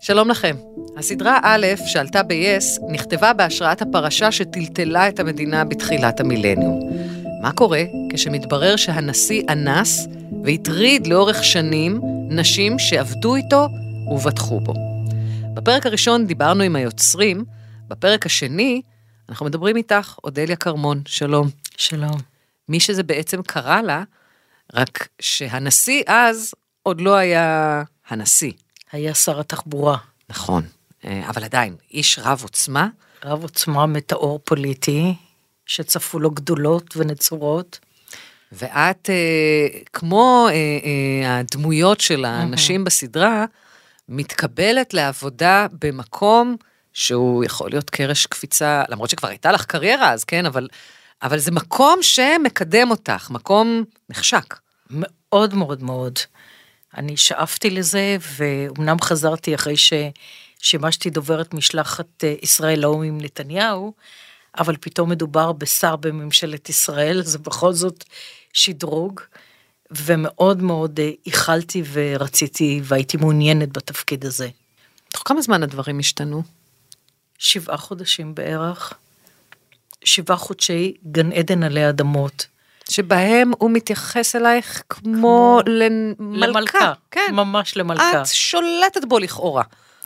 שלום לכם. הסדרה א' שעלתה ב-yes נכתבה בהשראת הפרשה שטלטלה את המדינה בתחילת המילניום. מה קורה כשמתברר שהנשיא אנס והטריד לאורך שנים נשים שעבדו איתו ובטחו בו? בפרק הראשון דיברנו עם היוצרים, בפרק השני אנחנו מדברים איתך, אודליה קרמון. שלום. שלום. מי שזה בעצם קרה לה, רק שהנשיא אז עוד לא היה הנשיא. היה שר התחבורה. נכון, אבל עדיין, איש רב עוצמה. רב עוצמה מטאור פוליטי, שצפו לו גדולות ונצורות. ואת, כמו הדמויות של האנשים בסדרה, מתקבלת לעבודה במקום שהוא יכול להיות קרש קפיצה, למרות שכבר הייתה לך קריירה אז, כן, אבל זה מקום שמקדם אותך, מקום נחשק. מאוד מאוד מאוד. אני שאפתי לזה, ואומנם חזרתי אחרי ששימשתי דוברת משלחת ישראל לאום עם נתניהו, אבל פתאום מדובר בשר בממשלת ישראל, זה בכל זאת שדרוג, ומאוד מאוד איחלתי ורציתי, והייתי מעוניינת בתפקיד הזה. תוך כמה זמן הדברים השתנו? 7 חודשים בערך, 7 חודשי גן עדן עלי אדמות, שבהם הוא מתייחס אלייך כמו למלכה. כן. ממש למלכה. את שולטת בו לכאורה.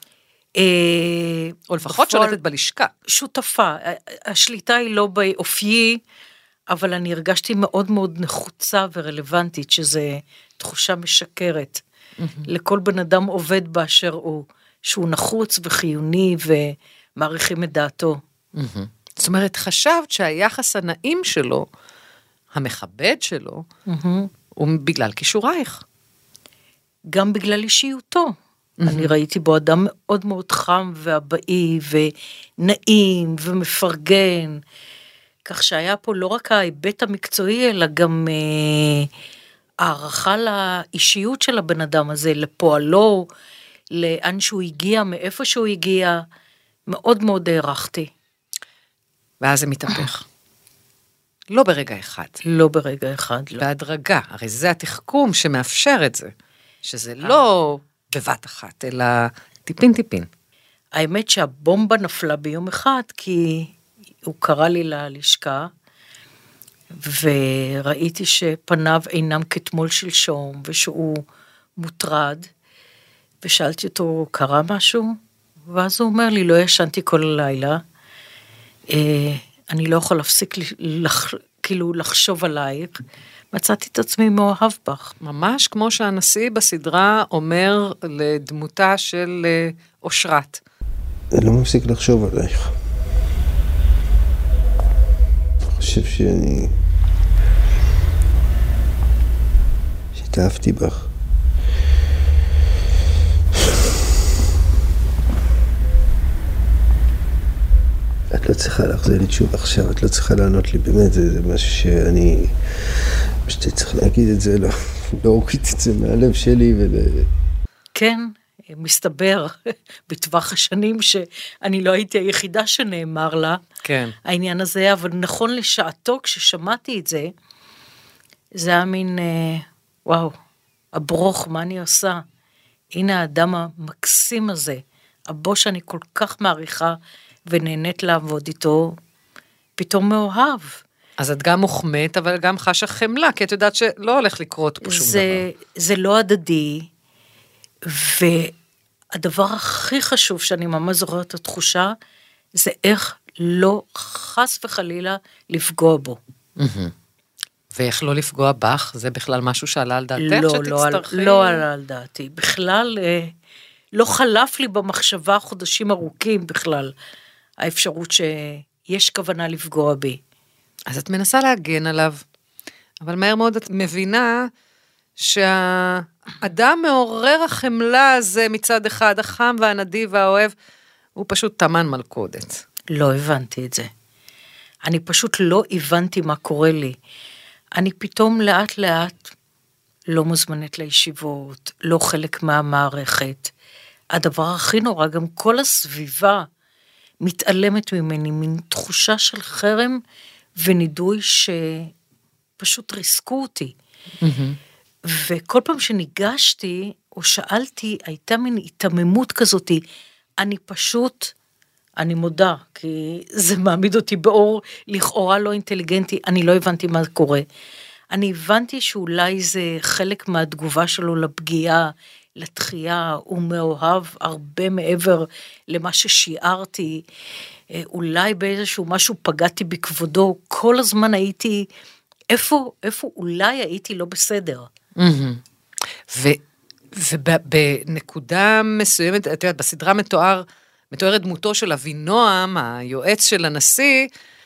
או לפחות שולטת בלשכה. שותפה. השליטה היא לא באופיי, אבל אני הרגשתי מאוד מאוד נחוצה ורלוונטית, שזה תחושה משקרת. לכל בן אדם עובד באשר הוא, שהוא נחוץ וחיוני ומעריכים את דעתו. זאת אומרת, חשבת שהיחס הנעים שלו, המכבד שלו, הוא בגלל כישורייך. גם בגלל אישיותו. אני ראיתי בו אדם מאוד מאוד חם ואבאי ונעים ומפרגן, כך שהיה פה לא רק ההיבט המקצועי, אלא גם הערכה לאישיות של הבן אדם הזה, לפועלו, לאן שהוא הגיע, מאיפה שהוא הגיע, מאוד מאוד הערכתי. ואז זה מתהפך. לא ברגע אחד. לא ברגע אחד, לא. בהדרגה, הרי זה התחכום שמאפשר את זה, שזה לא בבת אחת, אלא טיפין טיפין. האמת שהבומבה נפלה ביום אחד, כי הוא קרא לי ללשכה, וראיתי שפניו אינם כתמול שלשום, ושהוא מוטרד, ושאלתי אותו, קרה משהו? ואז הוא אומר לי, לא ישנתי כל הלילה, אני לא יכול להפסיק כאילו לחשוב עלייך, מצאתי את עצמי מאוהב בך. ממש כמו שהנשיא בסדרה אומר לדמותה של אושרת. אני לא מפסיק לחשוב עלייך. אני חושב שהתאהבתי בך. את לא צריכה להחזיר לי תשובה עכשיו, את לא צריכה לענות לי, באמת, זה משהו שאני צריך להגיד את זה, לא הוריד את זה מהלב שלי. כן, מסתבר בטווח השנים שאני לא הייתי היחידה שנאמר לה, כן. העניין הזה, אבל נכון לשעתו, כששמעתי את זה, זה היה מין, וואו, הברוך, מה אני עושה? הנה האדם המקסים הזה, הבו שאני כל כך מעריכה, ונהנית לעבוד איתו, פתאום מאוהב. אז את גם מוחמת, אבל גם חשה חמלה, כי את יודעת שלא הולך לקרות פה שום דבר. זה לא הדדי, והדבר הכי חשוב שאני ממש זוכרת את התחושה, זה איך לא חס וחלילה לפגוע בו. ואיך לא לפגוע בך? זה בכלל משהו שעלה על דעתך שתצטרכי? לא עלה על דעתי. בכלל לא חלף לי במחשבה חודשים ארוכים בכלל, האפשרות שיש כוונה לפגוע בי. אז את מנסה להגן עליו, אבל מהר מאוד את מבינה שהאדם מעורר החמלה הזה מצד אחד, החם והנדיב והאוהב, הוא פשוט תמן מלכודת. לא הבנתי את זה. אני פשוט לא הבנתי מה קורה לי. אני פתאום לאט לאט לא מוזמנת לישיבות, לא חלק מהמערכת. הדבר הכי נורא, גם כל הסביבה מתעלמת ממני, מין תחושה של חרם ונידוי שפשוט ריסקו אותי. וכל פעם שניגשתי, או שאלתי, הייתה מין התממות כזאת, אני מודה, כי זה מעמיד אותי באור לכאורה לא אינטליגנטי, אני לא הבנתי מה קורה. אני הבנתי שאולי זה חלק מהתגובה שלו לפגיעה, לתחייה, הוא מאוהב הרבה מעבר למה ששיערתי, אולי באיזשהו משהו פגעתי בכבודו, כל הזמן הייתי, איפה אולי הייתי לא בסדר. ובנקודה מסוימת, את יודעת, בסדרה מתוארת דמותו של אבינועם, היועץ של הנשיא,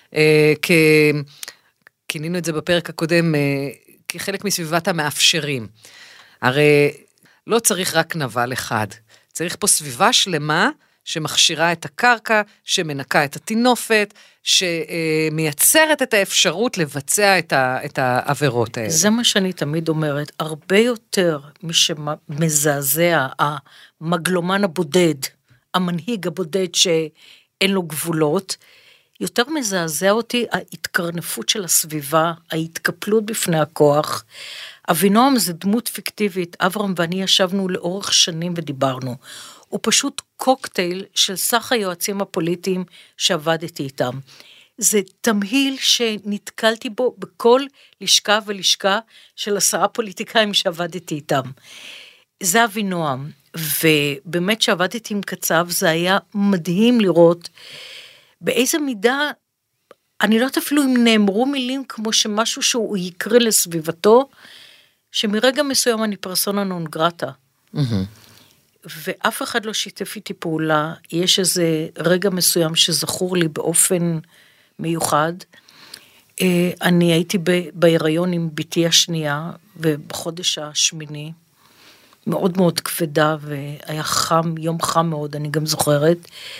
כינינו את זה בפרק הקודם, כחלק מסביבת המאפשרים. הרי לא צריך רק נבל אחד, צריך פה סביבה שלמה, שמכשירה את הקרקע, שמנקה את התינופת, שמייצרת את האפשרות לבצע את העבירות האלה. זה מה שאני תמיד אומרת, הרבה יותר מי שמזעזע, המגלומן הבודד, המנהיג הבודד שאין לו גבולות, יותר מזעזע אותי ההתקרנפות של הסביבה, ההתקפלות בפני הכוח. אבינועם זה דמות פיקטיבית, אברהם ואני ישבנו לאורך שנים ודיברנו. הוא פשוט קוקטייל של סך היועצים הפוליטיים שעבדתי איתם. זה תמהיל שנתקלתי בו בכל לשכה ולשכה של 10 פוליטיקאים שעבדתי איתם. זה אבינועם, ובאמת שעבדתי עם קצב, זה היה מדהים לראות באיזה מידה, אני לא יודעת אפילו אם נאמרו מילים כמו שמשהו שהוא יקרא לסביבתו, שמרגע מסוים אני פרסונה נון גרטה. ואף אחד לא שיתף איתי פעולה, יש איזה רגע מסוים שזכור לי באופן מיוחד, אני הייתי בהיריון עם ביתי השנייה, ובחודש השמיני, מאוד מאוד כבדה, והיה חם, יום חם מאוד, אני גם זוכרת,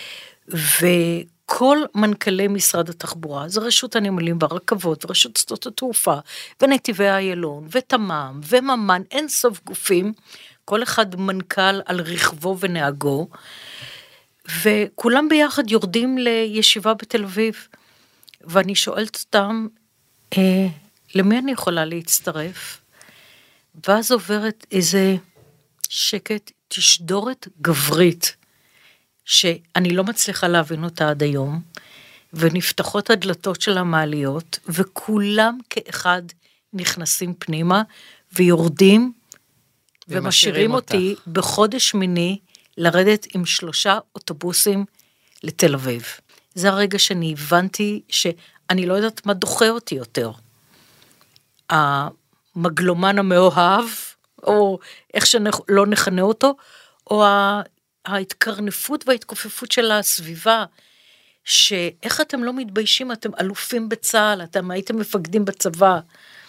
וכל מנכ"לי משרד התחבורה, זה רשות הנמלים והרכבות, ורשות שדות התעופה, ונתיבי איילון, ותמ"מ, וממן, אין סוף גופים, כל אחד מנכ"ל על רכבו ונהגו, וכולם ביחד יורדים לישיבה בתל אביב, ואני שואלת אותם, למי אני יכולה להצטרף? ואז עוברת איזה שקט, תשדורת גברית, שאני לא מצליחה להבין אותה עד היום, ונפתחות הדלתות של המעליות, וכולם כאחד נכנסים פנימה, ויורדים, ומשאירים אותי בחודש שמיני, לרדת עם 3 אוטובוסים לתל אביב. זה הרגע שאני הבנתי שאני לא יודעת מה דוחה אותי יותר. המגלומן המאוהב, או איך שלא נכנה אותו, או ההתקרנפות וההתכופפות של הסביבה, שאיך אתם לא מתביישים, אתם אלופים בצה"ל, אתם הייתם מפקדים בצבא,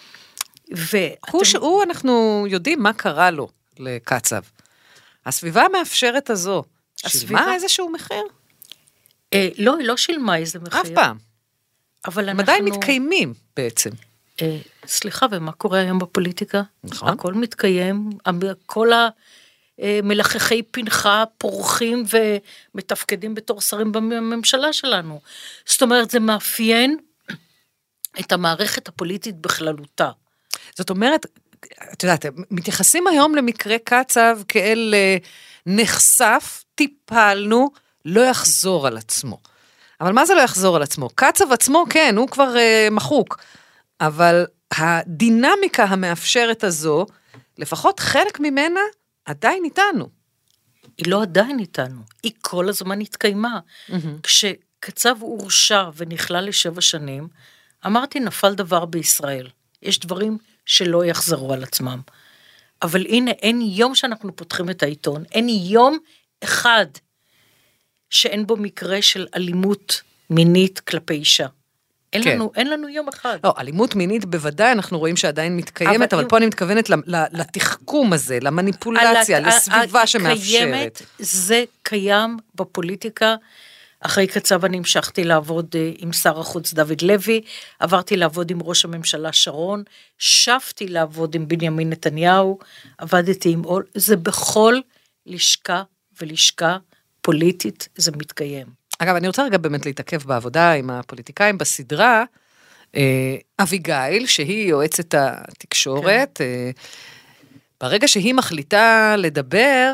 הוא אנחנו יודעים מה קרה לו לקצב. הסביבה המאפשרת הזו, שילמה איזשהו מחיר? לא, היא לא שילמה איזה מחיר. אף פעם. אבל הם עדיין מתקיימים בעצם. סליחה, ומה קורה היום בפוליטיקה? נכון. הכל מתקיים, כל המלחכי פנחה פורחים ומתפקדים בתור שרים בממשלה שלנו. זאת אומרת, זה מאפיין את המערכת הפוליטית בכללותה. זאת אומרת, את יודעת, מתייחסים היום למקרה קצב כאל נחשף, טיפלנו, לא יחזור על עצמו. אבל מה זה לא יחזור על עצמו? קצב עצמו, כן, הוא כבר מחוק. אבל הדינמיקה המאפשרת הזו, לפחות חלק ממנה, עדיין איתנו. היא לא עדיין איתנו, היא כל הזמן התקיימה. כשקצב הורשע ונכלל ל7 שנים, אמרתי, נפל דבר בישראל. יש דברים שלא יחזרו על עצמם. אבל הנה, אין יום שאנחנו פותחים את העיתון, אין יום אחד שאין בו מקרה של אלימות מינית כלפי אישה. אין לנו יום אחד. לא, אלימות מינית בוודאי אנחנו רואים שעדיין מתקיימת, אבל פה אני מתכוונת לתחכום הזה, למניפולציה, לסביבה שמאפשרת. זה קיים בפוליטיקה. אחרי קצב אני המשכתי לעבוד עם שר החוץ דוד לוי, עברתי לעבוד עם ראש הממשלה שרון, שבתי לעבוד עם בנימין נתניהו, עבדתי עם אול, זה בכל לשכה ולשכה פוליטית זה מתקיים. אגב, אני רוצה רגע באמת להתעכב בעבודה עם הפוליטיקאים בסדרה, אביגיל, שהיא יועצת התקשורת, ברגע שהיא מחליטה לדבר,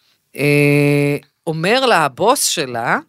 אומר לה הבוס שלה,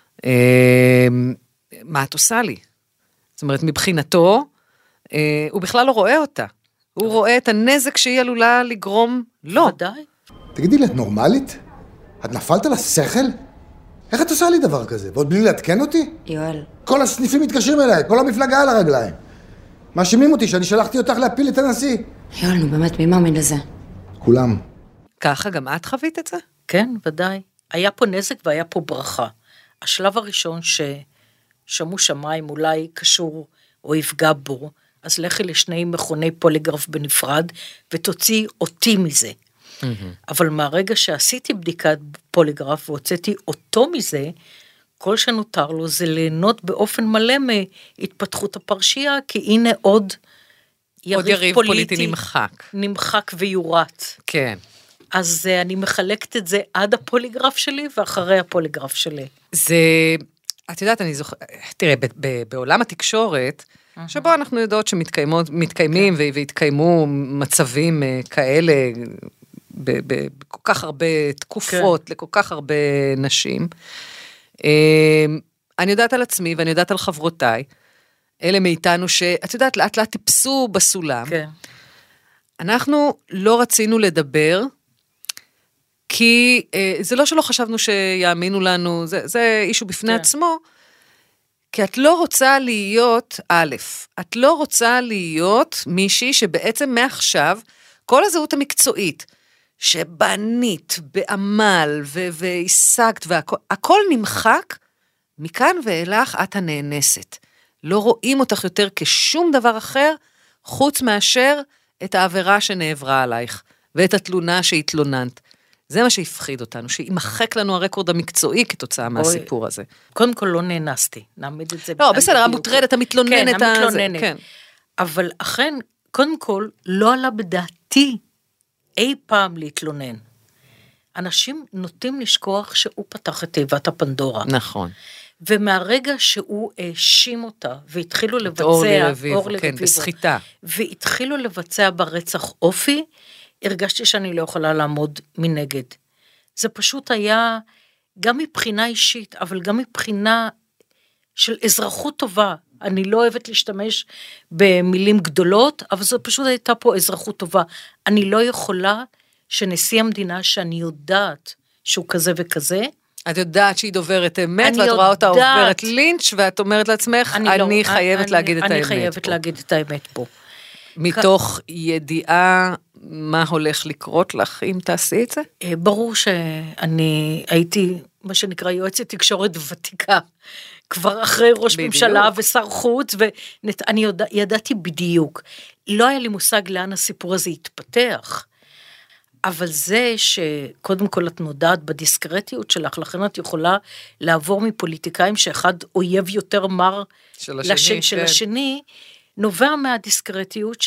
מה את עושה לי? זאת אומרת, מבחינתו, הוא בכלל לא רואה אותה. הוא רואה את הנזק שהיא עלולה לגרום לו. ודאי. תגידי לי, את נורמלית? את נפלת לשכל? איך את עושה לי דבר כזה? ועוד בלי לעדכן אותי? יואל. כל הסניפים מתקשרים אליי, כל המפלגה על הרגליים. מאשימים אותי שאני שלחתי אותך להפיל את הנשיא. יואל, נו באמת, מי מאמין לזה? כולם. ככה גם את חווית את זה? כן, ודאי. היה פה נזק והיה פה ברכה. השלב הראשון ששמו שמיים אולי קשור או יפגע בו, אז לכי לשני מכוני פוליגרף בנפרד, ותוציא אותי מזה. אבל מהרגע שעשיתי בדיקת פוליגרף, והוצאתי אותו מזה, כל שנותר לו זה ליהנות באופן מלא מהתפתחות הפרשייה, כי הנה עוד יריב פוליטי נמחק ויורט. כן. אז אני מחלקת את זה עד הפוליגרף שלי, ואחרי הפוליגרף שלי. זה, את יודעת, אני זוכרת, תראה, בעולם התקשורת, שבו אנחנו יודעות שמתקיימים והתקיימו מצבים כאלה, בכל כך הרבה תקופות, לכל כך הרבה נשים. אני יודעת על עצמי, ואני יודעת על חברותיי, אלה מאיתנו שאת יודעת, לאט לאט טיפסו בסולם. אנחנו לא רצינו לדבר, כי זה לא שלא חשבנו שיאמינו לנו, זה אישו בפני עצמו, כי את לא רוצה להיות, את לא רוצה להיות מישהי שבעצם מעכשיו, כל הזהות המקצועית, שבנית בעמל והשגת, והכל נמחק, מכאן ואילך את הנאנסת. לא רואים אותך יותר כשום דבר אחר, חוץ מאשר את העבירה שנעברה עלייך, ואת התלונה שהתלוננת. זה מה שהפחיד אותנו, שימחק לנו הרקורד המקצועי כתוצאה מהסיפור הזה. קודם כל לא נאנסתי, נעמיד את זה. לא, בסדר, המוטרדת, המתלוננת. כן, המתלוננת. אבל אכן, קודם כל, לא עלה בדעתי אי פעם להתלונן. אנשים נוטים לשכוח שהוא פתח את תיבת הפנדורה. נכון. ומהרגע שהוא האשים אותה, והתחילו לבצע, אורלי רביבו, כן, בסחיטה. והתחילו לבצע ברצח אופי, הרגשתי שאני לא יכולה לעמוד מנגד. זה פשוט היה, גם מבחינה אישית, אבל גם מבחינה של אזרחות טובה. אני לא אוהבת להשתמש במילים גדולות, אבל זו פשוט הייתה פה אזרחות טובה. אני לא יכולה שנשיא המדינה, שאני יודעת שהוא כזה וכזה, את יודעת שהיא דוברת אמת, ואת רואה אותה עוברת לינץ', ואת אומרת לעצמך, אני חייבת להגיד את האמת פה. אני חייבת להגיד את האמת פה. מתוך ידיעה מה הולך לקרות לך, אם תעשי את זה? ברור שאני הייתי, מה שנקרא, יועצת תקשורת ותיקה, כבר אחרי ראש ממשלה ושר חוץ, ואני ידעתי בדיוק. לא היה לי מושג לאן הסיפור הזה יתפתח, אבל זה שקודם כל את נודעת בדיסקרטיות שלך, לכן את יכולה לעבור מפוליטיקאים שאחד אויב יותר מר של השני, נובע מהדיסקרטיות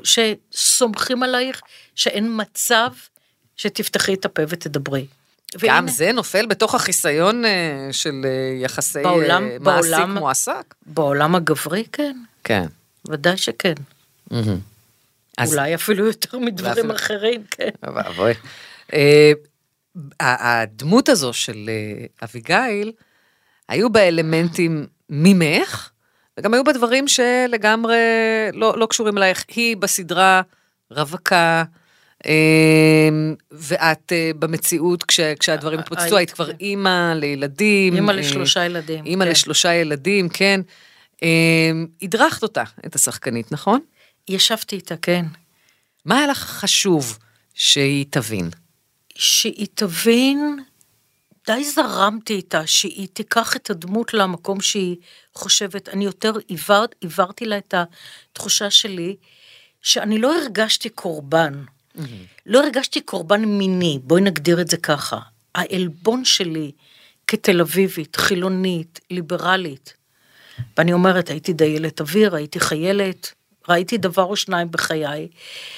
שסומכים עלייך, שאין מצב שתפתחי את הפה ותדברי. גם זה נופל בתוך החיסיון של יחסי מעסיק מועסק? בעולם הגברי, כן. כן. ודאי שכן. אולי אפילו יותר מדברים אחרים, כן. בואי. הדמות הזו של אביגיל, היו בה אלמנטים ממך, וגם היו בה דברים שלגמרי לא קשורים אלייך. היא בסדרה רווקה, ואת במציאות, כשהדברים התפוצצו, היית כבר אימא לילדים. אימא ל3 ילדים. אימא ל3 ילדים, כן. הדרכת אותה, את השחקנית, נכון? ישבתי איתה, כן. מה היה לך חשוב שהיא תבין? שהיא תבין, די זרמתי איתה, שהיא תיקח את הדמות למקום שהיא חושבת. אני יותר עברתי לה את התחושה שלי, שאני לא הרגשתי קורבן. לא הרגשתי קורבן מיני, בואי נגדיר את זה ככה. העלבון שלי כתל אביבית, חילונית, ליברלית. ואני אומרת, הייתי דיילת אוויר, הייתי חיילת, ראיתי דבר או שניים בחיי.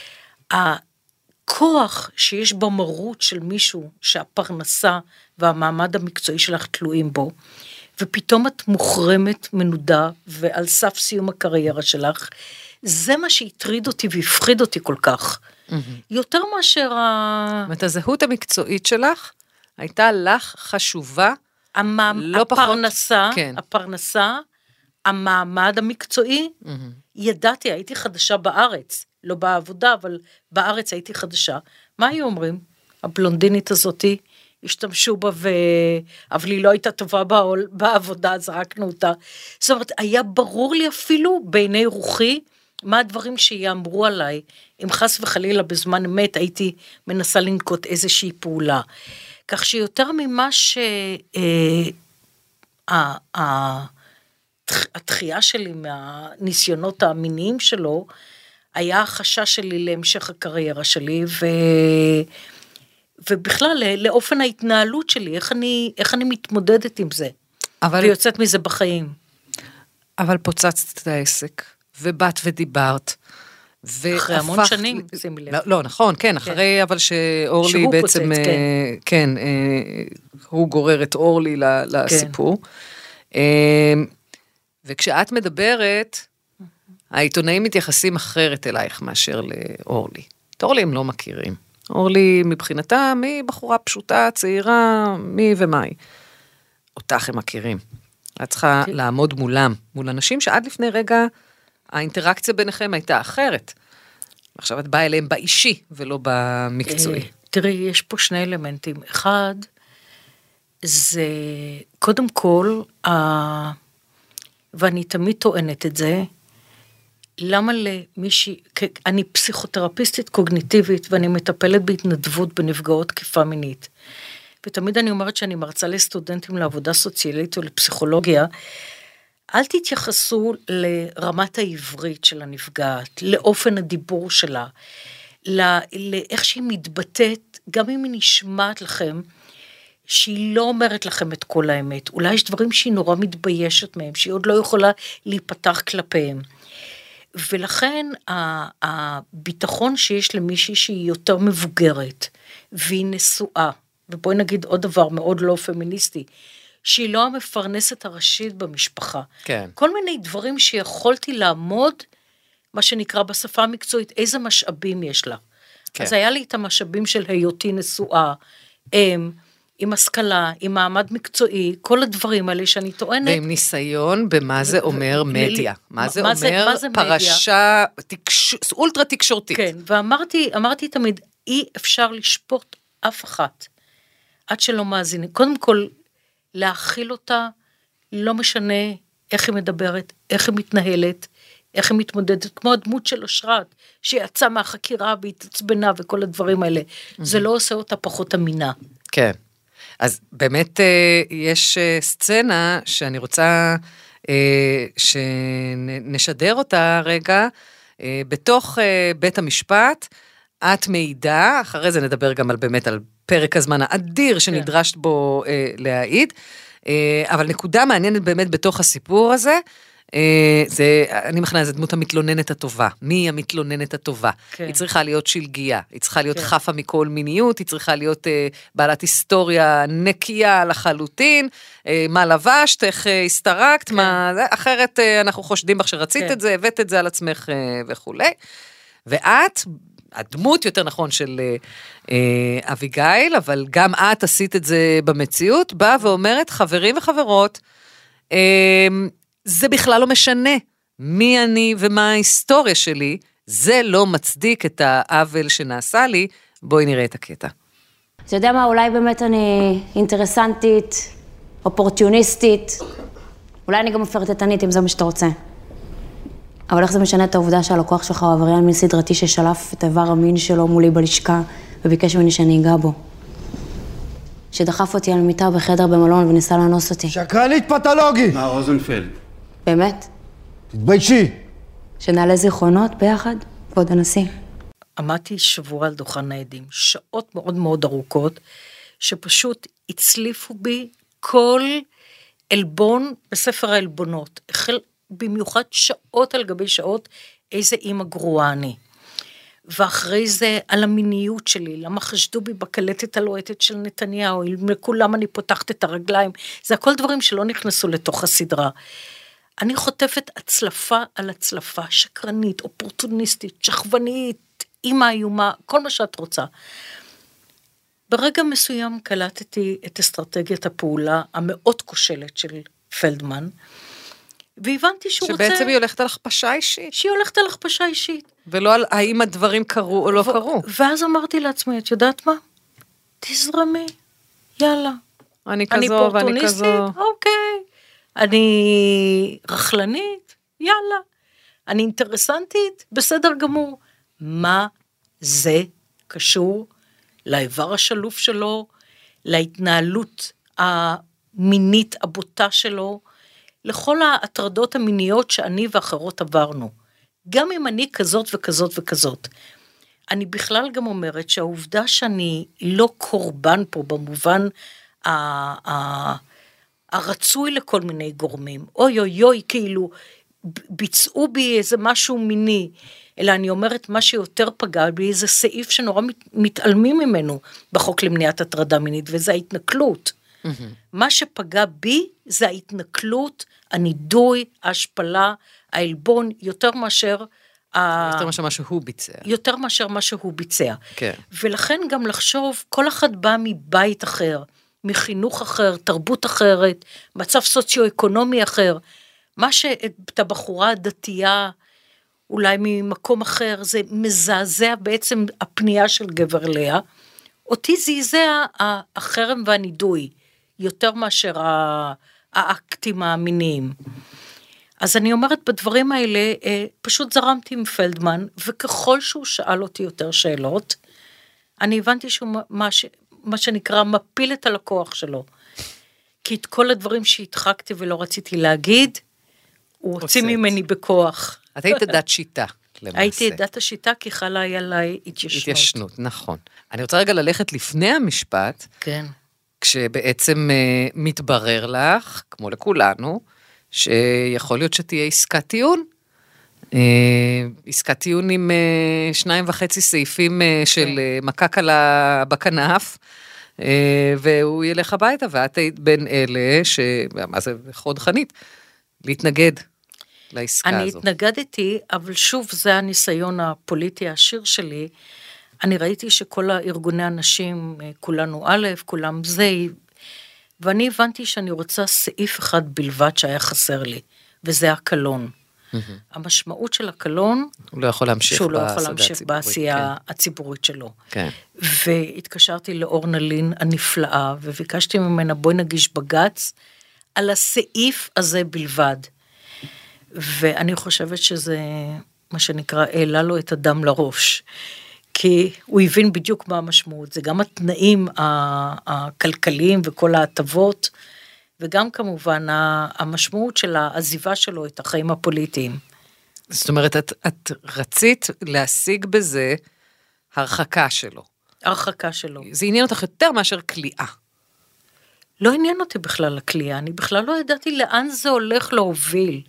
הכוח שיש במרות של מישהו שהפרנסה והמעמד המקצועי שלך תלויים בו, ופתאום את מוחרמת, מנודה, ועל סף סיום הקריירה שלך, זה מה שהטריד אותי והפחיד אותי כל כך. יותר מאשר זאת אומרת, הזהות המקצועית שלך הייתה לך חשובה, לא פחות. הפרנסה, כן. הפרנסה, המעמד המקצועי, ידעתי, הייתי חדשה בארץ, לא בעבודה, אבל בארץ הייתי חדשה. מה היו אומרים? הבלונדינית הזאתי, השתמשו בה, אבל היא לא הייתה טובה בעבודה, זרקנו אותה. זאת אומרת, היה ברור לי אפילו בעיני רוחי, מה הדברים שיאמרו עליי, אם חס וחלילה בזמן אמת הייתי מנסה לנקוט איזושהי פעולה. כך שיותר ממה התחייה שלי מהניסיונות המיניים שלו, היה החשש שלי להמשך הקריירה שלי, ובכלל לאופן ההתנהלות שלי, איך אני מתמודדת עם זה, ויוצאת מזה בחיים. אבל פוצצת את העסק, ובאת ודיברת, אחרי המון שנים, שימי לב. לא, נכון, כן, אחרי אבל שאורלי בעצם, כן, הוא גורר את אורלי לסיפור. וכשאת מדברת, העיתונאים מתייחסים אחרת אלייך מאשר לאורלי. את אורלי הם לא מכירים. אורלי מבחינתה, מי בחורה פשוטה, צעירה, מי ומאי. אותך הם מכירים. את צריכה לעמוד מולם, מול אנשים שעד לפני רגע, האינטראקציה ביניכם הייתה אחרת. עכשיו את באה אליהם באישי, ולא במקצועי. תראי, יש פה שני אלמנטים. אחד, זה קודם כל, ואני תמיד טוענת את זה, למה למישהי, אני פסיכותרפיסטית קוגניטיבית, ואני מטפלת בהתנדבות בנפגעות תקיפה מינית. ותמיד אני אומרת שאני מרצה לסטודנטים לעבודה סוציאלית או לפסיכולוגיה, אל תתייחסו לרמת העברית של הנפגעת, לאופן הדיבור שלה, לאיך שהיא מתבטאת, גם אם היא נשמעת לכם, שהיא לא אומרת לכם את כל האמת. אולי יש דברים שהיא נורא מתביישת מהם, שהיא עוד לא יכולה להיפתח כלפיהם. ולכן הביטחון שיש למישהי שהיא יותר מבוגרת, והיא נשואה, ובואי נגיד עוד דבר מאוד לא פמיניסטי, שהיא לא המפרנסת הראשית במשפחה. כן. כל מיני דברים שיכולתי לעמוד, מה שנקרא בשפה המקצועית, איזה משאבים יש לה. כן. אז היה לי את המשאבים של היותי נשואה, עם השכלה, עם מעמד מקצועי, כל הדברים האלה שאני טוענת. ועם ניסיון במה זה אומר מדיה. מה זה אומר פרשה אולטרה תקשורתית. כן, ואמרתי תמיד, אי אפשר לשפוט אף אחת, עד שלא מאזינים. קודם כל, להכיל אותה, לא משנה איך היא מדברת, איך היא מתנהלת, איך היא מתמודדת, כמו הדמות של אושרת, שיצאה מהחקירה והתעצבנה וכל הדברים האלה. זה לא עושה אותה פחות אמינה. כן. אז באמת יש סצנה שאני רוצה שנשדר אותה רגע, בתוך בית המשפט, את מעידה, אחרי זה נדבר גם על באמת על פרק הזמן האדיר שנדרשת בו להעיד, אבל נקודה מעניינת באמת בתוך הסיפור הזה, אני מכנה איזה דמות המתלוננת הטובה. מי המתלוננת הטובה? היא צריכה להיות שלגיה, היא צריכה להיות חפה מכל מיניות, היא צריכה להיות בעלת היסטוריה נקייה לחלוטין, מה לבשת, איך הסתרקת, אחרת אנחנו חושדים בך שרצית את זה, הבאת את זה על עצמך וכו'. ואת, הדמות יותר נכון של אביגיל, אבל גם את עשית את זה במציאות, באה ואומרת, חברים וחברות, זה בכלל לא משנה מי אני ומה ההיסטוריה שלי, זה לא מצדיק את העוול שנעשה לי, בואי נראה את הקטע. אתה יודע מה, אולי באמת אני אינטרסנטית, אופורטיוניסטית, אולי אני גם מפלרטטנית אם זה מה שאתה רוצה. אבל איך זה משנה את העובדה שהלקוח שלך הוא עבריין מין סדרתי ששלף את איבר המין שלו מולי בלשכה, וביקש ממני שאני אגע בו. שדחף אותי על מיטה בחדר במלון וניסה לאנוס אותי. שקרנית פתולוגית! מר רוזנפלד. באמת? תתביישי! שנעלה זיכרונות ביחד, כבוד הנשיא. עמדתי שבוע על דוכן העדים, שעות מאוד מאוד ארוכות, שפשוט הצליפו בי כל אלבון בספר האלבונות. החל במיוחד שעות על גבי שעות, איזה אימא גרועה אני. ואחרי זה על המיניות שלי, למה חשדו בי בקלטת הלוהטת של נתניהו, לכולם אני פותחת את הרגליים, זה הכל דברים שלא נכנסו לתוך הסדרה. אני חוטפת הצלפה על הצלפה, שקרנית, אופורטוניסטית, שכבנית, אמא איומה, כל מה שאת רוצה. ברגע מסוים קלטתי את אסטרטגיית הפעולה המאוד כושלת של פלדמן, והבנתי שהוא רוצה... שבעצם היא הולכת על הכפשה אישית. שהיא הולכת על הכפשה אישית. ולא על האם הדברים קרו או לא קרו. ואז אמרתי לעצמי, את יודעת מה? תזרמי, יאללה. אני כזו ואני כזו. אוקיי. אני רכלנית, יאללה. אני אינטרסנטית, בסדר גמור. מה זה קשור לאיבר השלוף שלו, להתנהלות המינית הבוטה שלו, לכל ההטרדות המיניות שאני ואחרות עברנו. גם אם אני כזאת וכזאת וכזאת. אני בכלל גם אומרת שהעובדה שאני לא קורבן פה במובן הרצוי לכל מיני גורמים, אוי אוי אוי, כאילו ביצעו בי איזה משהו מיני, אלא אני אומרת מה שיותר פגע בי, זה סעיף שנורא מתעלמים ממנו בחוק למניעת הטרדה מינית, וזה ההתנכלות. מה שפגע בי זה ההתנכלות, הנידוי, ההשפלה, העלבון, יותר מאשר מה שהוא ביצע. יותר מאשר מה שהוא ביצע. כן. ולכן גם לחשוב, כל אחד בא מבית אחר, מחינוך אחר, תרבות אחרת, מצב סוציו-אקונומי אחר, מה שאת הבחורה הדתייה, אולי ממקום אחר, זה מזעזע בעצם הפנייה של גבר לאה, אותי זעזע החרם והנידוי, יותר מאשר האקטים המיניים. אז אני אומרת, בדברים האלה, פשוט זרמתי עם פלדמן, וככל שהוא שאל אותי יותר שאלות, אני הבנתי שהוא מה שנקרא, מפיל את הלקוח שלו. כי את כל הדברים שהדחקתי ולא רציתי להגיד, הוא הוציא ממני בכוח. את היית עדת שיטה, למעשה. הייתי עדת השיטה, כי חלה היה עליי התיישנות. התיישנות, נכון. אני רוצה רגע ללכת לפני המשפט, כן. כשבעצם מתברר לך, כמו לכולנו, שיכול להיות שתהיה עסקת טיעון, עסקת טיעון עם 2.5 סעיפים של מכה קלה בכנף, והוא ילך הביתה, ואת היית בין אלה, מה זה חוד חנית, להתנגד לעסקה אני הזו. התנגדתי, אבל שוב, זה הניסיון הפוליטי העשיר שלי, אני ראיתי שכל הארגוני הנשים, כולנו א', כולם זה, ואני הבנתי שאני רוצה סעיף אחד בלבד שהיה חסר לי, וזה הקלון. המשמעות של הקלון, הוא לא יכול להמשיך שהוא לא יכול להמשיך בעשייה הציבורית שלו. כן. והתקשרתי לאורנה לין הנפלאה, וביקשתי ממנה בואי נגיש בגץ, על הסעיף הזה בלבד. ואני חושבת שזה מה שנקרא, העלה לו את הדם לראש. כי הוא הבין בדיוק מה המשמעות. זה גם התנאים הכלכליים וכל ההטבות, וגם כמובן המשמעות של העזיבה שלו את החיים הפוליטיים. זאת אומרת, את רצית להשיג בזה הרחקה שלו. הרחקה שלו. זה עניין אותך יותר מאשר כליאה. לא עניין אותי בכלל הכליאה, אני בכלל לא ידעתי לאן זה הולך להוביל.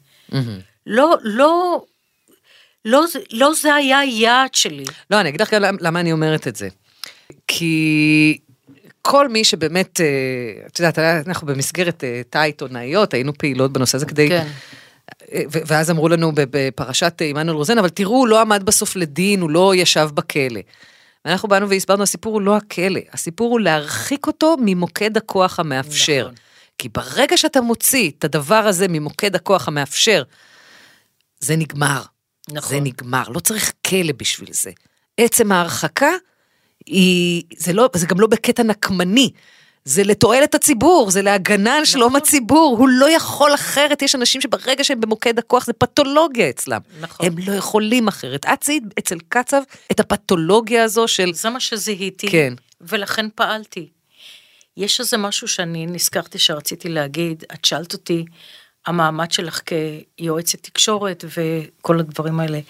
לא זה היה היעד שלי. לא, אני אגיד לך למה אני אומרת את זה. כי כל מי שבאמת, את יודעת, אנחנו במסגרת תא עיתונאיות, היינו פעילות בנושא הזה כדי, כן. ואז אמרו לנו בפרשת עמנואל רוזן, אבל תראו, הוא לא עמד בסוף לדין, הוא לא ישב בכלא. ואנחנו באנו והסברנו, הסיפור הוא לא הכלא, הסיפור הוא להרחיק אותו ממוקד הכוח המאפשר. נכון. כי ברגע שאתה מוציא את הדבר הזה ממוקד הכוח המאפשר, זה נגמר. נכון. זה נגמר, לא צריך כלא בשביל זה. עצם ההרחקה, זה גם לא בקטע נקמני, זה לתועלת הציבור, זה להגנה על שלום הציבור, הוא לא יכול אחרת, יש אנשים שברגע שהם במוקד הכוח, זה פתולוגיה אצלם. נכון. הם לא יכולים אחרת. את זיהית אצל קצב את הפתולוגיה הזו של... זה מה שזיהיתי, כן. ולכן פעלתי. יש איזה משהו שאני נזכרתי שרציתי להגיד, את שאלת אותי, המעמד שלך כיועצת תקשורת וכל הדברים האלה,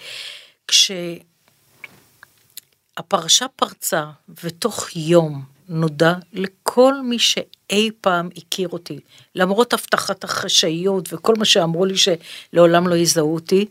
כשהפרשה פרצה ותוך יום נודע לכל מי שאי פעם הכיר אותי, למרות הבטחת החשאיות וכל מה שאמרו לי שלעולם לא יזהו אותי,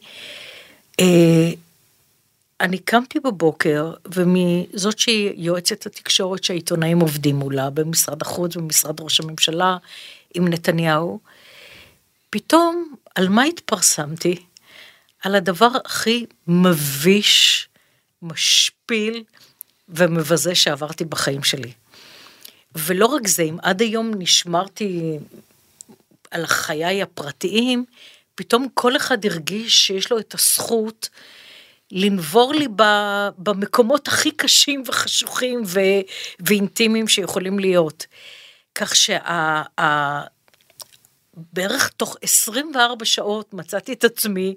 אני קמתי בבוקר, ומזאת שהיא יועצת התקשורת שהעיתונאים עובדים מולה, במשרד החוץ, במשרד ראש הממשלה, עם נתניהו, פתאום, על מה התפרסמתי? על הדבר הכי מביש משפיל ומבזה שעברתי בחיים שלי. ולא רק זה, אם עד היום נשמרתי על חיי הפרטיים, פתאום כל אחד הרגיש שיש לו את הזכות לנבור לי במקומות הכי קשים וחשוכים ואינטימיים שיכולים להיות. כך בערך תוך 24 שעות מצאתי את עצמי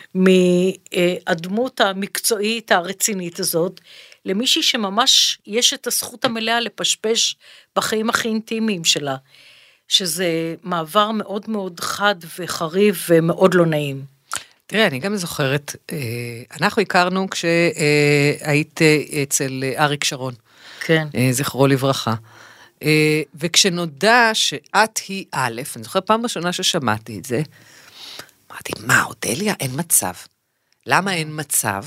מהדמות המקצועית הרצינית הזאת, למישהי שממש יש את הזכות המלאה לפשפש בחיים הכי אינטימיים שלה, שזה מעבר מאוד מאוד חד וחריב ומאוד לא נעים. תראה, אני גם זוכרת, אנחנו הכרנו כשהיית אצל אריק שרון. כן. זכרו לברכה. וכשנודע שאת היא א', אני זוכרת פעם ראשונה ששמעתי את זה, אמרתי, מה, אודליה, אין מצב. למה אין מצב?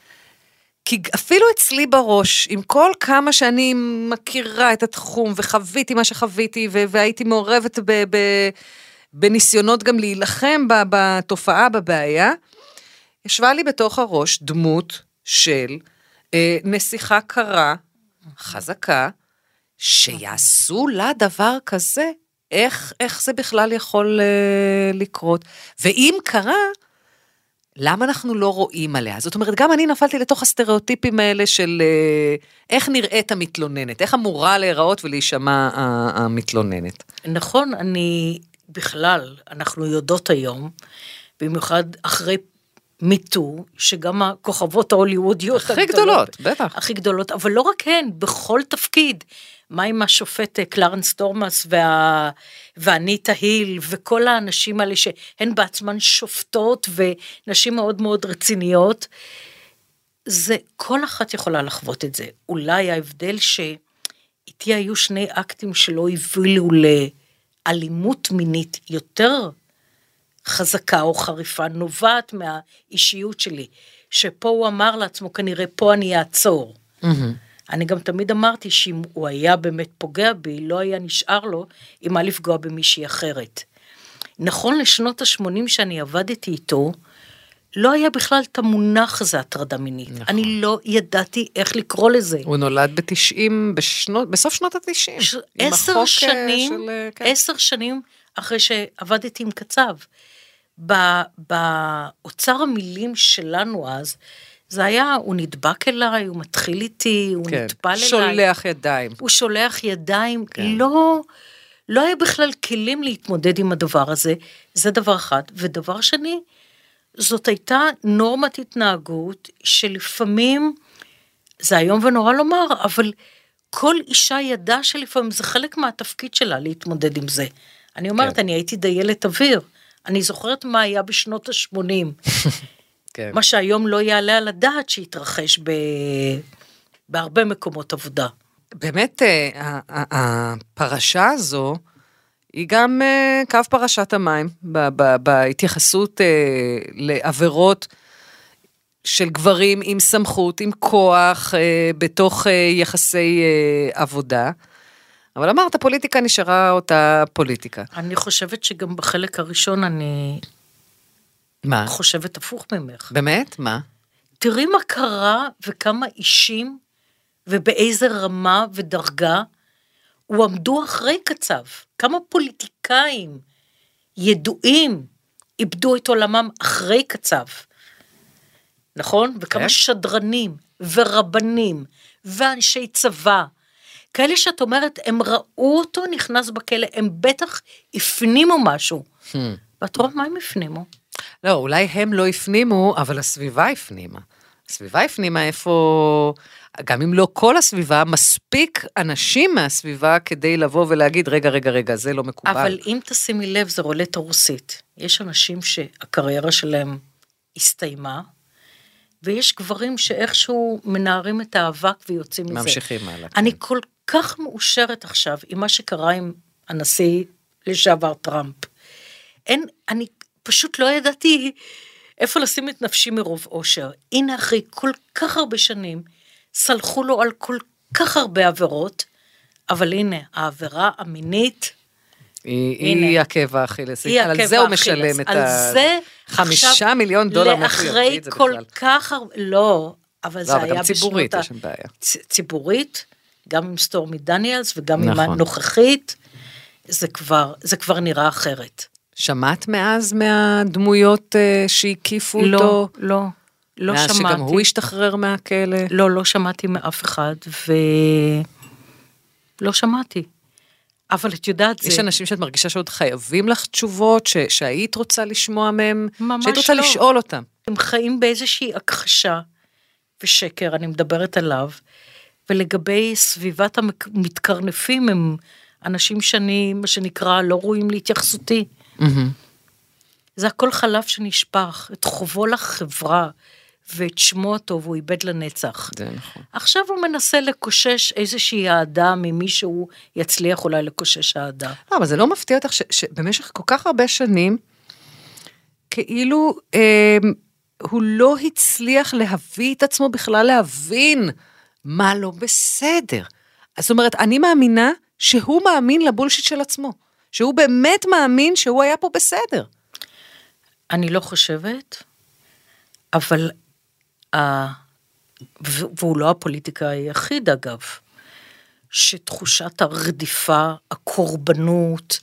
כי אפילו אצלי בראש, עם כל כמה שאני מכירה את התחום, וחוויתי מה שחוויתי, והייתי מעורבת בניסיונות גם להילחם בתופעה, בבעיה, ישבה לי בתוך הראש דמות של נסיכה קרה, חזקה, שיעשו לה דבר כזה, איך זה בכלל יכול לקרות? ואם קרה, למה אנחנו לא רואים עליה? זאת אומרת, גם אני נפלתי לתוך הסטריאוטיפים האלה של איך נראית המתלוננת, איך אמורה להיראות ולהישמע המתלוננת. נכון, בכלל, אנחנו יודעות היום, במיוחד אחרי מיטו, שגם הכוכבות ההוליוודיות הכי גדולות, בטח. הכי גדולות, אבל לא רק הן, בכל תפקיד. מה עם השופט קלרנס תומאס ואניטה היל, וכל האנשים האלה שהן בעצמן שופטות, ונשים מאוד מאוד רציניות, זה, כל אחת יכולה לחוות את זה. אולי ההבדל שאיתי היו שני אקטים שלא הבילו לאלימות מינית יותר חזקה או חריפה, נובעת מהאישיות שלי, שפה הוא אמר לעצמו, כנראה פה אני אעצור. אני גם תמיד אמרתי שאם הוא היה באמת פוגע בי, לא היה נשאר לו עם מה לפגוע במישהי אחרת. נכון לשנות ה-80 שאני עבדתי איתו, לא היה בכלל את המונח הזה הטרדה מינית. נכון. אני לא ידעתי איך לקרוא לזה. הוא נולד בסוף שנות ה-90. 10 שנים, 10 שנים אחרי שעבדתי עם קצב. באוצר המילים שלנו אז, זה היה, הוא נדבק אליי, הוא מתחיל איתי, הוא נטפל אליי. שולח ידיים. הוא שולח ידיים, לא היה בכלל כלים להתמודד עם הדבר הזה, זה דבר אחד. ודבר שני, זאת הייתה נורמת התנהגות, שלפעמים, זה היום ונורא לומר, אבל כל אישה ידעה שלפעמים זה חלק מהתפקיד שלה להתמודד עם זה. אני אומרת, אני הייתי דיילת אוויר, אני זוכרת מה היה בשנות ה-80, מה שהיום לא יעלה על הדעת שהתרחש בהרבה מקומות עבודה. באמת, הפרשה הזו, היא גם קו פרשת המים, בהתייחסות לעבירות של גברים עם סמכות, עם כוח, בתוך יחסי עבודה. אבל אמרת, פוליטיקה נשארה אותה פוליטיקה. אני חושבת שגם בחלק הראשון אני... מה? חושבת הפוך ממך. באמת? מה? תראי מה קרה וכמה אישים ובאיזה רמה ודרגה הועמדו אחרי קצב. כמה פוליטיקאים ידועים איבדו את עולמם אחרי קצב. נכון? וכמה שדרנים ורבנים ואנשי צבא. כאלה שאת אומרת, הם ראו אותו נכנס בכלא, הם בטח הפנימו משהו. ואת רואה מה הם הפנימו? לא, אולי הם לא הפנימו, אבל הסביבה הפנימה. הסביבה הפנימה איפה, גם אם לא כל הסביבה, מספיק אנשים מהסביבה כדי לבוא ולהגיד, רגע, זה לא מקובל. אבל אם תשימי לב, זה רולטה רוסית. יש אנשים שהקריירה שלהם הסתיימה, ויש גברים שאיכשהו מנערים את האבק ויוצאים מזה. ממשיכים הלאה. אני כל כך מאושרת עכשיו עם מה שקרה עם הנשיא לשעבר טראמפ. אני פשוט לא ידעתי איפה לשים את נפשי מרוב אושר. הנה אחרי כל כך הרבה שנים, סלחו לו על כל כך הרבה עבירות, אבל הנה, העבירה המינית, היא עקב האכילס. על זה הוא משלם את $5 מיליון מחויב. לאחרי כל כך הרבה, לא, אבל זה היה גם ציבורית, יש שם בעיה. ציבורית, גם עם סטורמי דניאלס, וגם עם נכון. הנוכחית, זה כבר נראה אחרת. שמעת מאז מהדמויות שהקיפו אותו? לא מאז שמעתי. שגם הוא השתחרר מהכלא? לא שמעתי מאף אחד, ולא שמעתי. אבל את יודעת, יש אנשים שאת מרגישה שעוד חייבים לך תשובות, שהיית רוצה לשמוע מהם, ממש שהיית רוצה לא. לשאול אותם. הם חיים באיזושהי הכחשה ושקר, אני מדברת עליו, ולגבי סביבת המתקרנפים, הם אנשים שאני, מה שנקרא, לא רואים להתייחסותי. זה הכל חלב שנשפך, את חובו לחברה, ואת שמו הטוב, הוא איבד לנצח. זה נכון. עכשיו הוא מנסה לקושש איזושהי אהדה, ממישהו יצליח אולי לקושש אהדה. אבל זה לא מפתיע אותך שבמשך כל כך הרבה שנים, כאילו הוא לא הצליח להביא את עצמו בכלל להבין מה לא בסדר. זאת אומרת, אני מאמינה שהוא מאמין לבולשיט של עצמו, שהוא באמת מאמין שהוא היה פה בסדר. אני לא חושבת, אבל, והוא לא הפוליטיקאי היחיד אגב, שתחושת הרדיפה, הקורבנות,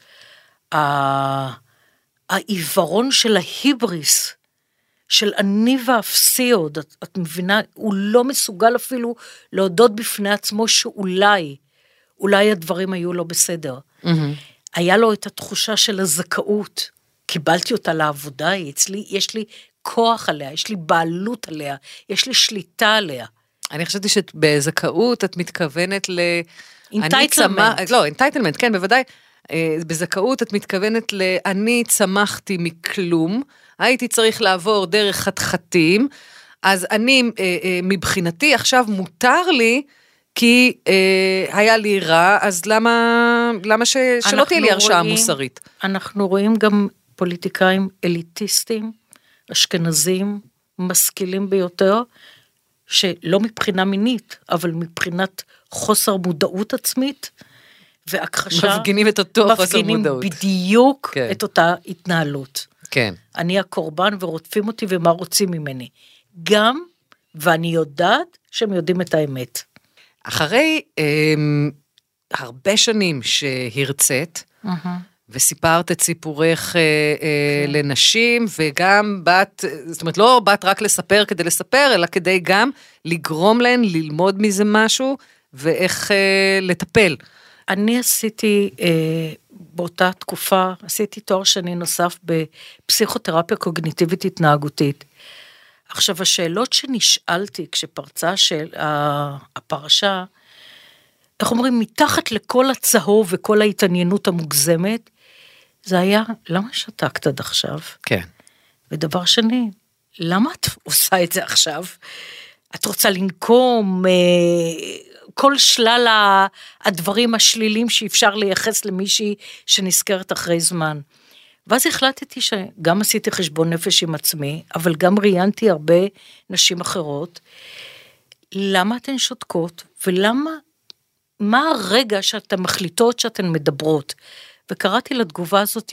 העיוורון של ההיבריס, של אני ואפסי עוד, את מבינה, הוא לא מסוגל אפילו להודות בפני עצמו שאולי הדברים היו לא בסדר. היה לו את התחושה של הזכאות, קיבלתי אותה לעבודה, יש לי כוח עליה, יש לי בעלות עליה, יש לי שליטה עליה. אני חשבתי שבזכאות את מתכוונת אינטייטלמנט. לא, אינטייטלמנט, כן, בוודאי. בזכאות את מתכוונת אני צמחתי מכלום, הייתי צריך לעבור דרך חתחתים, אז אני מבחינתי עכשיו מותר לי, כי היה לי רע, אז למה שלא תהיה לי הרשעה מוסרית? אנחנו רואים גם פוליטיקאים אליטיסטים, אשכנזים, משכילים ביותר, שלא מבחינה מינית, אבל מבחינת חוסר מודעות עצמית, והכחשה, מפגינים את אותו חוסר מודעות. מפגינים בדיוק את אותה התנהלות. כן. אני הקורבן ורודפים אותי ומה רוצים ממני. גם, ואני יודעת שהם יודעים את האמת. אחרי הרבה שנים שהרצית, וסיפרת את סיפורך לנשים, וגם זאת אומרת, לא באת רק לספר כדי לספר, אלא כדי גם לגרום להן ללמוד מזה משהו, ואיך לטפל. אני עשיתי באותה תקופה, עשיתי תואר שני נוסף בפסיכותרפיה קוגניטיבית התנהגותית. עכשיו, השאלות שנשאלתי כשפרצה הפרשה, איך אומרים, מתחת לכל הצהוב וכל ההתעניינות המוגזמת, זה היה, למה שתקת עד עכשיו? כן. ודבר שני, למה את עושה את זה עכשיו? את רוצה לנקום כל שלל הדברים השלילים שאפשר לייחס למישהי שנזכרת אחרי זמן. ואז החלטתי שגם עשיתי חשבון נפש עם עצמי, אבל גם ראיינתי הרבה נשים אחרות, למה אתן שותקות, ולמה, מה הרגע שאתן מחליטות שאתן מדברות, וקראתי לתגובה הזאת,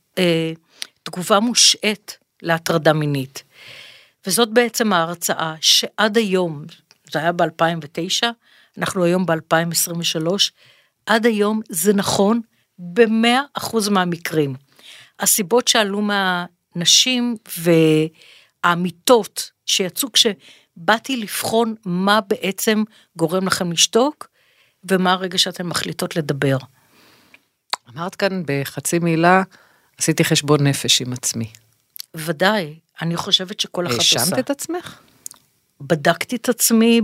תגובה מושעת להטרדה מינית, וזאת בעצם ההרצאה, שעד היום, זה היה ב-2009, אנחנו היום ב-2023, עד היום זה נכון, ב100% מהמקרים. הסיבות שעלו מהנשים והאמיתות שיצאו כשבאתי לבחון מה בעצם גורם לכם לשתוק, ומה הרגע שאתן מחליטות לדבר. אמרת כאן בחצי מילה, עשיתי חשבון נפש עם עצמי. ודאי, אני חושבת שכל אחת עושה. האשמת את עצמך? בדקתי את עצמי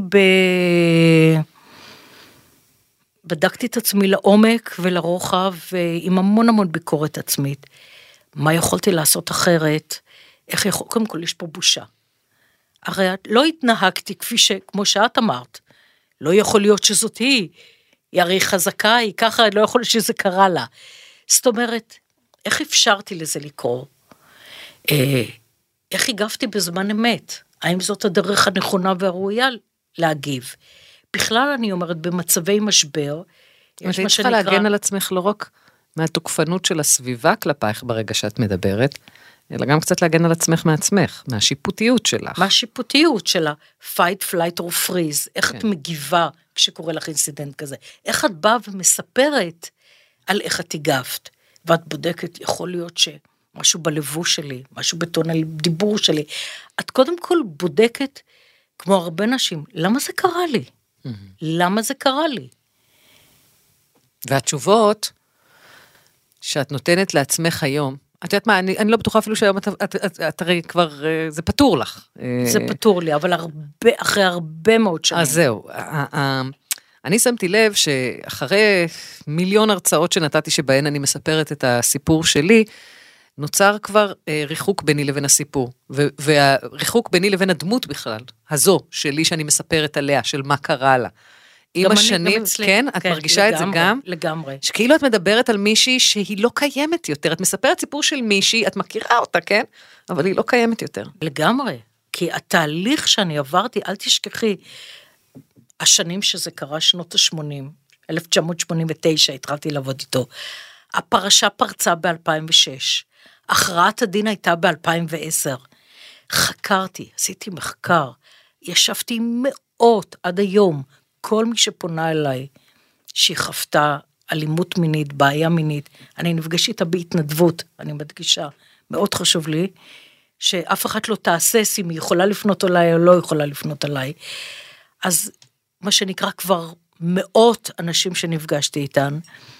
בדקתי את עצמי לעומק ולרוחב, עם המון המון ביקורת עצמית. מה יכולתי לעשות אחרת? קודם כל יש פה בושה. הרי לא התנהגתי כמו שאת אמרת, לא יכול להיות שזאת היא הרי חזקה, היא ככה, לא יכול להיות שזה קרה לה. זאת אומרת, איך אפשרתי לזה לקרוא? איך הגבתי בזמן אמת? האם זאת הדרך הנכונה והראויה להגיב? בכלל אני אומרת, במצבי משבר, יש מה שנקרא... להגן על עצמך לא רק מהתוקפנות של הסביבה כלפייך ברגע שאת מדברת, אלא גם קצת להגן על עצמך מעצמך, מהשיפוטיות שלך. מהשיפוטיות שלה, fight, flight or freeze, איך את מגיבה כשקורה לך אינסידנט כזה, איך את באה ומספרת על איך את הגבת, ואת בודקת, יכול להיות שמשהו בלבוש שלי, משהו בטון הדיבור שלי, את קודם כל בודקת, כמו הרבה נשים, למה זה קרה לי? למה זה קרה לי? והתשובות שאת נותנת לעצמך היום, את יודעת מה, אני לא בטוחה אפילו שהיום את הרי כבר, זה פתור לך. זה פתור לי, אבל אחרי הרבה מאוד שנים. אז זהו, אני שמתי לב שאחרי מיליון הרצאות שנתתי שבהן אני מספרת את הסיפור שלי, נוצר כבר ריחוק ביני לבין הסיפור, והריחוק ביני לבין הדמות בכלל, הזו שלי שאני מספרת עליה, של מה קרה לה. עם השנים, כן, את מרגישה את זה גם? לגמרי. שכאילו את מדברת על מישהי שהיא לא קיימת יותר, את מספרת סיפור של מישהי, את מכירה אותה, כן? אבל היא לא קיימת יותר. לגמרי, כי התהליך שאני עברתי, אל תשכחי, השנים שזה קרה, שנות ה-80, 1989, התחלתי לעבוד איתו, הפרשה פרצה ב-2006, הכרעת הדין הייתה ב-2010, חקרתי, עשיתי מחקר, ישבתי מאות עד היום, כל מי שפונה אליי, שהיא חפתה אלימות מינית, בעיה מינית, אני נפגש איתה בהתנדבות, אני מדגישה, מאוד חשוב לי, שאף אחד לא תעשס אם היא יכולה לפנות אליי או לא יכולה לפנות אליי, אז מה שנקרא כבר מאות אנשים שנפגשתי איתן,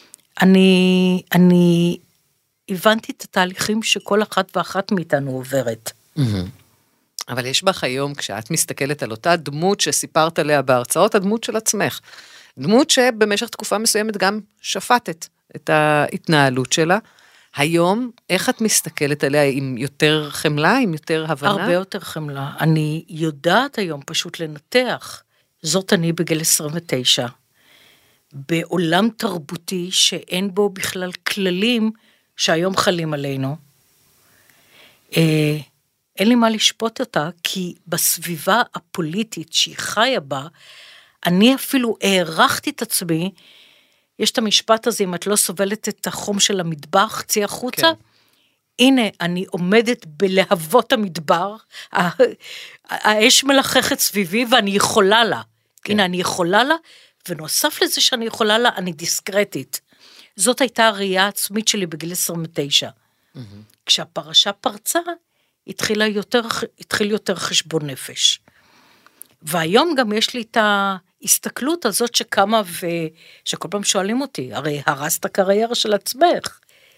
אני הבנתי את התהליכים שכל אחת ואחת מאיתנו עוברת. אבל יש בך היום, כשאת מסתכלת על אותה דמות שסיפרת עליה בהרצאות, הדמות של עצמך. דמות שבמשך תקופה מסוימת גם שפטת את ההתנהלות שלה. היום, איך את מסתכלת עליה עם יותר חמלה, עם יותר הבנה? הרבה יותר חמלה. אני יודעת היום פשוט לנתח. זאת אני בגיל 29. בעולם תרבותי שאין בו בכלל כללים שהיום חלים עלינו. אין לי מה לשפוט אותה, כי בסביבה הפוליטית שהיא חיה בה, אני אפילו הערכתי את עצמי, יש את המשפט הזה, אם את לא סובלת את החום של המטבח, צי החוצה, כן. הנה, אני עומדת בלהבות המדבר, האש מלחכת סביבי, ואני יכולה לה. כן. הנה, אני יכולה לה, ונוסף לזה שאני יכולה לה, אני דיסקרטית. זאת הייתה הראייה העצמית שלי בגיל 29. כשהפרשה פרצה, התחיל יותר חשבון נפש. והיום גם יש לי את ההסתכלות הזאת שקמה שכל פעם שואלים אותי, הרי הרסת קריירה של עצמך.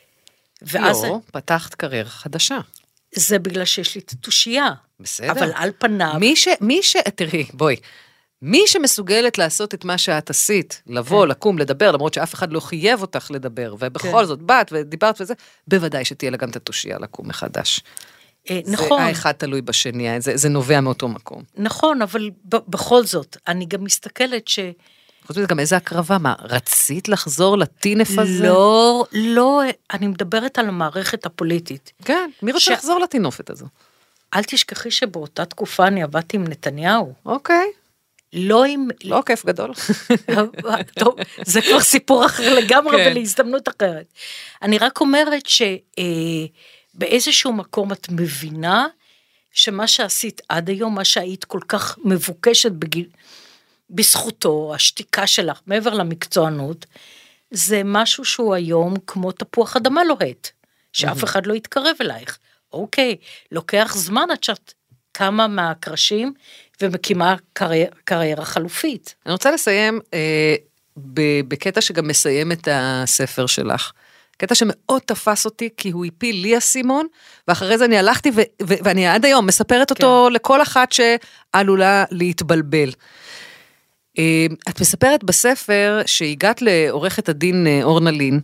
לא, פתחת קריירה חדשה. זה בגלל שיש לי את התושייה. בסדר. אבל על פניו... תראי, בואי, מי שמסוגלת לעשות את מה שאת עשית, לבוא, לקום, לדבר, למרות שאף אחד לא חייב אותך לדבר, ובכל זאת באת ודיברת וזה, בוודאי שתהיה לה גם את התושייה לקום מחדש. נכון. זה האחד תלוי בשני, זה נובע מאותו מקום. נכון, אבל בכל זאת, אני גם מסתכלת חוץ מזה גם איזה הקרבה, מה, רצית לחזור לטינף הזה? לא, אני מדברת על המערכת הפוליטית. כן, מי רוצה לחזור לטינופת הזו? אל תשכחי שבאותה תקופה אני עבדתי עם נתניהו. אוקיי. לא כיף גדול. טוב, זה כבר סיפור אחר לגמרי ולהזדמנות אחרת. אני רק אומרת שבאיזשהו מקום את מבינה שמה שעשית עד היום, מה שהיית כל כך מבוקשת בזכותו, השתיקה שלך, מעבר למקצוענות, זה משהו שהוא היום כמו תפוח אדמה לוהט, שאף אחד לא יתקרב אלייך. אוקיי, לוקח זמן עד שאת קמה מהקרשים ומקימה קריירה חלופית. אני רוצה לסיים בקטע שגם מסיים את הספר שלך. קטע שמאוד תפס אותי, כי הוא הפיל לי הסימון, ואחרי זה אני הלכתי, ואני עד היום מספרת אותו לכל אחת שעלולה להתבלבל. את מספרת בספר שהגעת לעורכת הדין אורנה לין,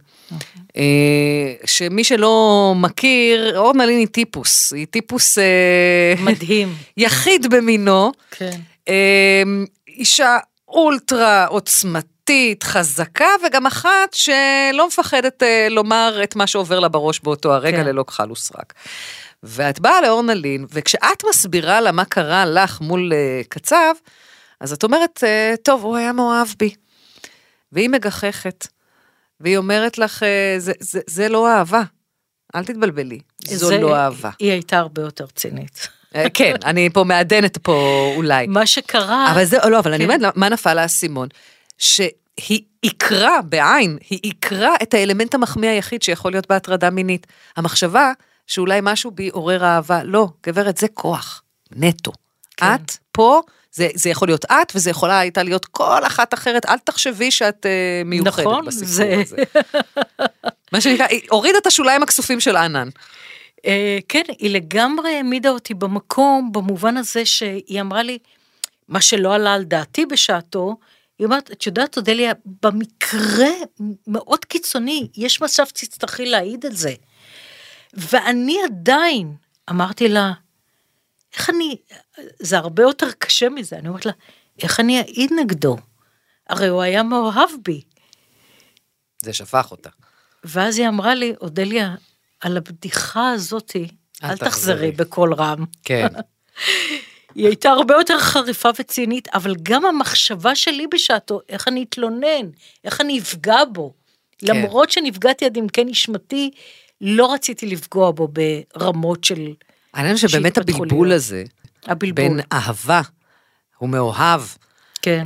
שמי שלא מכיר, אורנה לין היא טיפוס מדהים, יחיד במינו, כן. אישה אולטרה עוצמתית, חזקה, וגם אחת שלא מפחדת לומר את מה שעובר לה בראש באותו הרגע, כן. ללא כחל וסרק. ואת באה לאורנה לין, וכשאת מסבירה לה מה קרה לך מול קצב, אז את אומרת, טוב, הוא היה מאוהב בי. והיא מגחכת. והיא אומרת לך, זה לא אהבה. אל תתבלבלי, זו לא אהבה. היא הייתה הרבה יותר צינית. כן, אני פה מעדנת פה אולי. מה שקרה... אבל זה, לא, אבל אני אומרת, מה נפל האסימון? שהיא יקרה בעין, היא יקרה את האלמנט המחמיא היחיד שיכול להיות בהטרדה מינית. המחשבה שאולי משהו בי עורר אהבה, לא, גברת, זה כוח, נטו. את פה, זה יכול להיות את, וזה יכולה הייתה להיות כל אחת אחרת, אל תחשבי שאת מיוחדת בסיפור הזה. מה שנקרא, הוריד את השוליים הכסופים של ענן. כן, היא לגמרי העמידה אותי במקום, במובן הזה שהיא אמרה לי, מה שלא עלה על דעתי בשעתו, היא אומרת, את יודעת, אודליה, במקרה מאוד קיצוני, יש מצב שתצטרכי להעיד את זה. ואני עדיין, אמרתי לה, איך אני, זה הרבה יותר קשה מזה, אני אומרת לה, איך אני אעיד נגדו? הרי הוא היה מאוהב בי. זה שפך אותה. ואז היא אמרה לי, אודליה, על הבדיחה הזאת, אל תחזרי בכל רם. כן. היא הייתה הרבה יותר חריפה וצינית, אבל גם המחשבה שלי בשעתו, איך אני אתלונן, איך אני אפגע בו. כן. למרות שנפגעתי עד עמקי נשמתי, לא רציתי לפגוע בו ברמות של... אני חושב שבאמת הבלבול הזה, בין אהבה, הוא מאוהב, כן.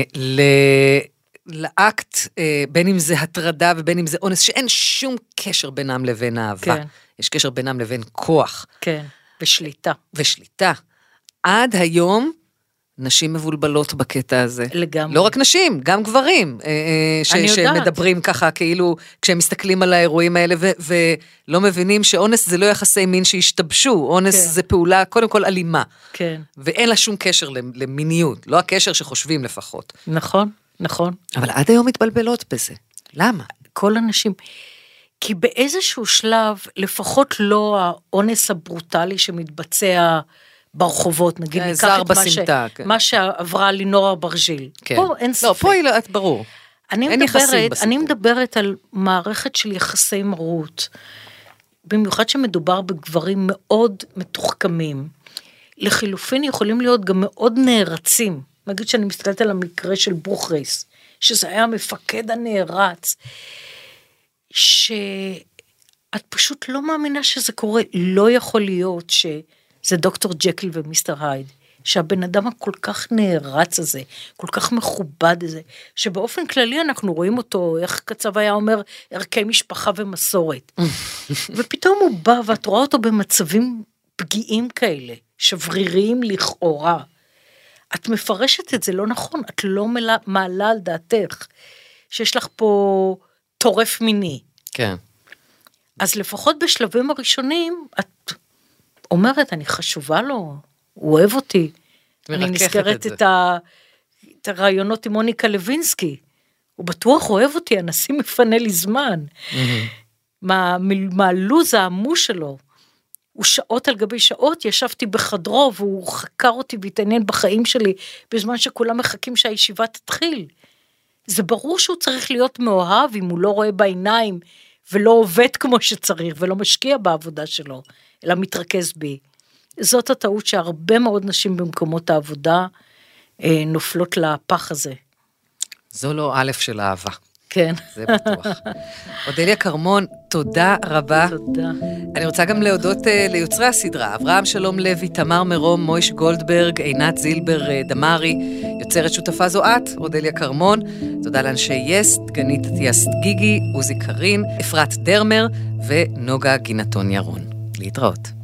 לאקט, בין אם זה הטרדה ובין אם זה אונס, שאין שום קשר בינם לבין אהבה. כן. יש קשר בינם לבין כוח. כן, ושליטה. ושליטה. עד היום, נשים מבולבלות בקטע הזה. לגמרי. לא רק נשים, גם גברים, שמדברים ככה, כאילו, כשהם מסתכלים על האירועים האלה, ולא מבינים שאונס זה לא יחסי מין שהשתבשו, אונס כן. זה פעולה, קודם כל אלימה. כן. ואין לה שום קשר למיניות, לא הקשר שחושבים לפחות. נכון, נכון. אבל עד היום מתבלבלות בזה. למה? כל הנשים... כי באיזשהו שלב, לפחות לא האונס הברוטלי שמתבצע ברחובות, נגיד ניקח את מה שעברה לינור אברג'יל. פה אין ספק. לא, פה היא לא, את ברור. אני מדברת על מערכת של יחסי מרות, במיוחד שמדובר בגברים מאוד מתוחכמים, לחילופין יכולים להיות גם מאוד נערצים. נגיד שאני מסתכלת על המקרה של בוכריס, שזה היה המפקד הנערץ, שאת פשוט לא מאמינה שזה קורה, לא יכול להיות שזה דוקטור ג'קיל ומיסטר הייד, שהבן אדם הכל כך נערץ הזה, כל כך מכובד הזה, שבאופן כללי אנחנו רואים אותו, איך קצב היה אומר, ערכי משפחה ומסורת, ופתאום הוא בא ואת רואה אותו במצבים פגיעים כאלה, שבריריים לכאורה, את מפרשת את זה לא נכון, את לא מעלה על דעתך, שיש לך פה טורף מיני. כן. אז לפחות בשלבים הראשונים, את אומרת, אני חשובה לו, הוא אוהב אותי. אני נזכרת את הרעיונות עם מוניקה לוינסקי. הוא בטוח אוהב אותי, הנשיא מפנה לי זמן. מהלוז העמוש שלו. הוא שעות על גבי שעות, ישבתי בחדרו, והוא חקר אותי והתעניין בחיים שלי, בזמן שכולם מחכים שהישיבה תתחיל. זה ברור שהוא צריך להיות מאוהב, אם הוא לא רואה בעיניים, ולא עובד כמו שצריך, ולא משקיע בעבודה שלו, אלא מתרכז בי. זאת הטעות שהרבה מאוד נשים במקומות העבודה, נופלות לפח הזה. זו לא א' של אהבה. כן. זה בטוח. אודליה כרמון, תודה רבה. תודה. אני רוצה גם להודות ליוצרי הסדרה, אברהם שלום לוי, תמר מרום, מויש גולדברג, עינת זילבר דמרי, יוצרת שותפה זו את, אודליה כרמון, תודה לאנשי יס, דגנית אטיאס גיגי, עוזי קרין, אפרת דרמר ונוגה גינתון ירון. להתראות.